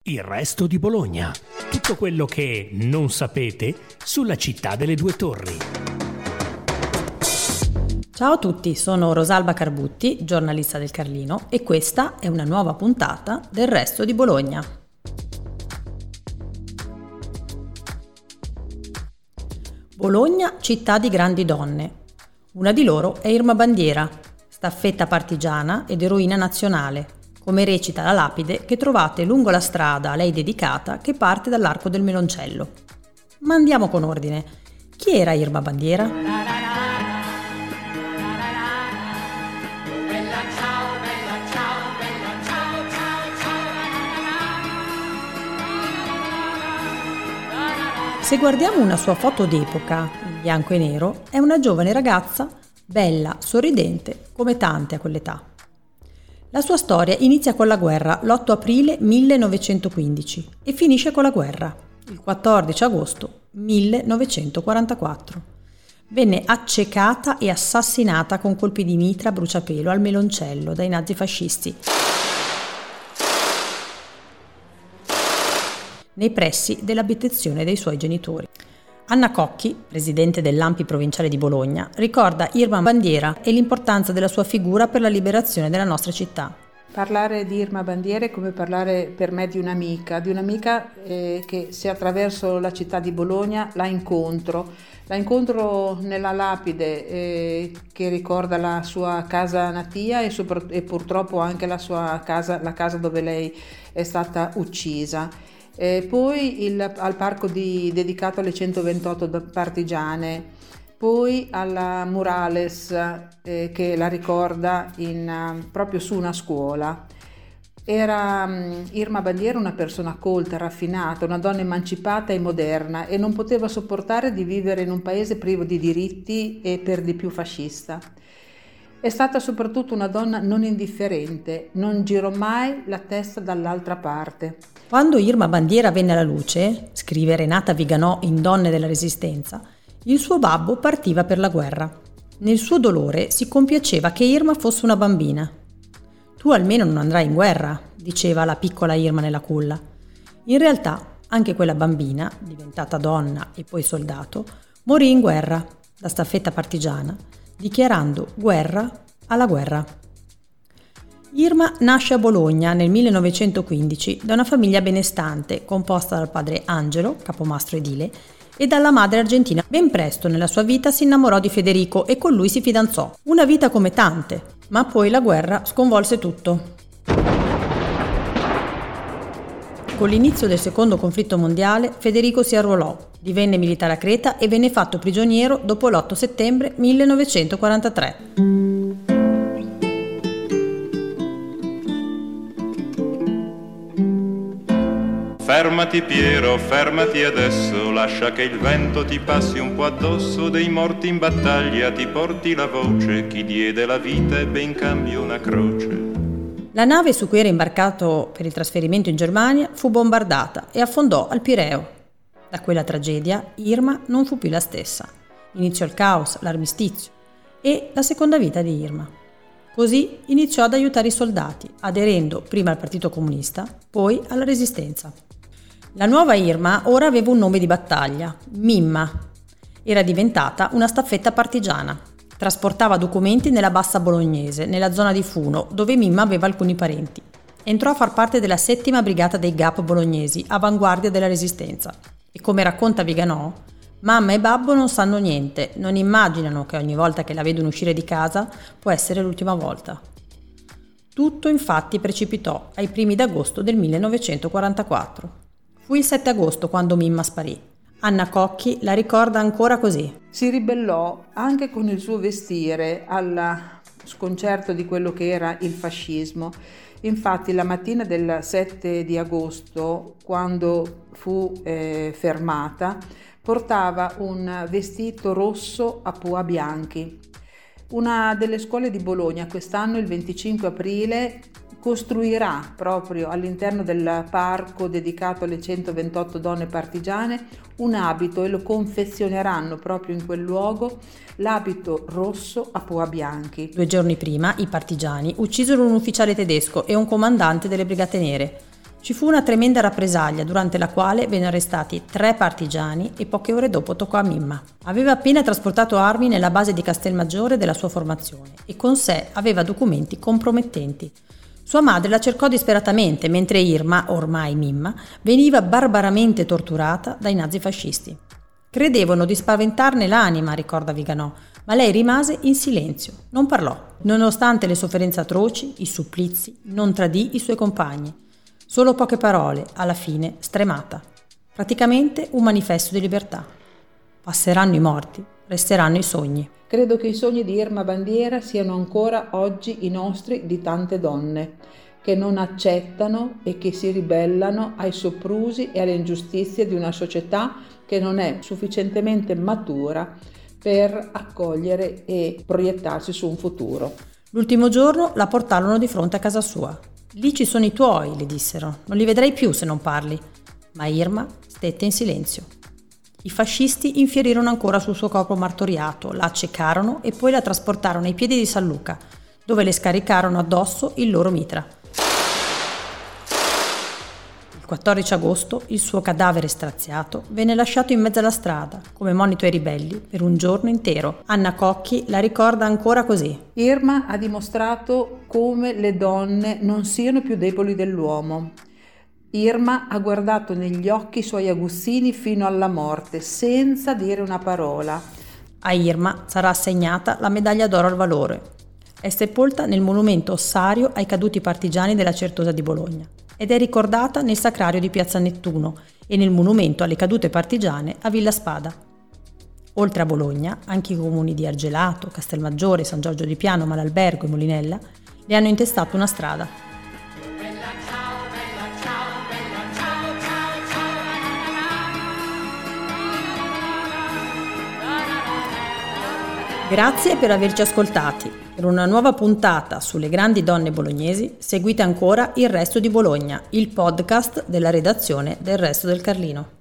Il resto di Bologna. Tutto quello che non sapete sulla città delle due torri. Ciao a tutti, sono Rosalba Carbutti, giornalista del Carlino, e questa è una nuova puntata del Resto di Bologna. Bologna, città di grandi donne. Una di loro è Irma Bandiera, staffetta partigiana ed eroina nazionale, come recita la lapide che trovate lungo la strada a lei dedicata che parte dall'Arco del Meloncello. Ma andiamo con ordine. Chi era Irma Bandiera? Se guardiamo una sua foto d'epoca, in bianco e nero, è una giovane ragazza, bella, sorridente, come tante a quell'età. La sua storia inizia con la guerra l'8 aprile 1915 e finisce con la guerra, il 14 agosto 1944. Venne accecata e assassinata con colpi di mitra a bruciapelo al Meloncello dai nazifascisti nei pressi dell'abitazione dei suoi genitori. Anna Cocchi, presidente dell'ANPI provinciale di Bologna, ricorda Irma Bandiera e l'importanza della sua figura per la liberazione della nostra città. Parlare di Irma Bandiera è come parlare per me di un'amica che se attraverso la città di Bologna la incontro nella lapide che ricorda la sua casa natia e purtroppo anche la casa dove lei è stata uccisa. Poi al parco dedicato alle 128 partigiane, poi alla murales che la ricorda proprio su una scuola. Era Irma Bandiera una persona colta, raffinata, una donna emancipata e moderna e non poteva sopportare di vivere in un paese privo di diritti e per di più fascista. È stata soprattutto una donna non indifferente, non girò mai la testa dall'altra parte. Quando Irma Bandiera venne alla luce, scrive Renata Viganò in Donne della Resistenza, il suo babbo partiva per la guerra. Nel suo dolore si compiaceva che Irma fosse una bambina. Tu almeno non andrai in guerra, diceva la piccola Irma nella culla. In realtà, anche quella bambina, diventata donna e poi soldato, morì in guerra, da staffetta partigiana, dichiarando guerra alla guerra. Irma nasce a Bologna nel 1915 da una famiglia benestante composta dal padre Angelo, capomastro edile, e dalla madre argentina. Ben presto nella sua vita si innamorò di Federico e con lui si fidanzò. Una vita come tante, ma poi la guerra sconvolse tutto. Con l'inizio del secondo conflitto mondiale, Federico si arruolò, divenne militare a Creta e venne fatto prigioniero dopo l'8 settembre 1943. Fermati Piero, fermati adesso, lascia che il vento ti passi un po' addosso, dei morti in battaglia ti porti la voce, chi diede la vita ebbe in cambio una croce. La nave su cui era imbarcato per il trasferimento in Germania fu bombardata e affondò al Pireo. Da quella tragedia Irma non fu più la stessa. Iniziò il caos, l'armistizio e la seconda vita di Irma. Così iniziò ad aiutare i soldati, aderendo prima al Partito Comunista, poi alla Resistenza. La nuova Irma ora aveva un nome di battaglia, Mimma. Era diventata una staffetta partigiana. Trasportava documenti nella bassa bolognese, nella zona di Funo, dove Mimma aveva alcuni parenti. Entrò a far parte della 7ª brigata dei GAP bolognesi, avanguardia della Resistenza. E come racconta Viganò, mamma e babbo non sanno niente, non immaginano che ogni volta che la vedono uscire di casa può essere l'ultima volta. Tutto infatti precipitò ai primi d'agosto del 1944. Fu il 7 agosto quando Mimma sparì. Anna Cocchi la ricorda ancora così. Si ribellò anche con il suo vestire al sconcerto di quello che era il fascismo. Infatti la mattina del 7 di agosto, quando fu fermata, portava un vestito rosso a pua bianchi. Una delle scuole di Bologna quest'anno, il 25 aprile, costruirà proprio all'interno del parco dedicato alle 128 donne partigiane un abito e lo confezioneranno proprio in quel luogo, l'abito rosso a pua bianchi. 2 giorni prima i partigiani uccisero un ufficiale tedesco e un comandante delle Brigate Nere. Ci fu una tremenda rappresaglia durante la quale vennero arrestati 3 partigiani e poche ore dopo toccò a Mimma. Aveva appena trasportato armi nella base di Castelmaggiore della sua formazione e con sé aveva documenti compromettenti. Sua madre la cercò disperatamente mentre Irma, ormai Mimma, veniva barbaramente torturata dai nazifascisti. Credevano di spaventarne l'anima, ricorda Viganò, ma lei rimase in silenzio, non parlò. Nonostante le sofferenze atroci, i supplizi, non tradì i suoi compagni. Solo poche parole, alla fine stremata. Praticamente un manifesto di libertà. Passeranno i morti, resteranno i sogni. Credo che i sogni di Irma Bandiera siano ancora oggi i nostri di tante donne, che non accettano e che si ribellano ai soprusi e alle ingiustizie di una società che non è sufficientemente matura per accogliere e proiettarsi su un futuro. L'ultimo giorno la portarono di fronte a casa sua. «Lì ci sono i tuoi», le dissero, «non li vedrai più se non parli». Ma Irma stette in silenzio. I fascisti infierirono ancora sul suo corpo martoriato, la accecarono e poi la trasportarono ai piedi di San Luca, dove le scaricarono addosso il loro mitra. Il 14 agosto il suo cadavere straziato venne lasciato in mezzo alla strada, come monito ai ribelli, per un giorno intero. Anna Cocchi la ricorda ancora così. Irma ha dimostrato come le donne non siano più deboli dell'uomo. Irma ha guardato negli occhi i suoi aguzzini fino alla morte, senza dire una parola. A Irma sarà assegnata la medaglia d'oro al valore. È sepolta nel monumento ossario ai caduti partigiani della Certosa di Bologna ed è ricordata nel sacrario di Piazza Nettuno e nel monumento alle cadute partigiane a Villa Spada. Oltre a Bologna, anche i comuni di Argelato, Castelmaggiore, San Giorgio di Piano, Malalbergo e Molinella le hanno intestato una strada. Grazie per averci ascoltati. Per una nuova puntata sulle grandi donne bolognesi, seguite ancora Il Resto di Bologna, il podcast della redazione del Resto del Carlino.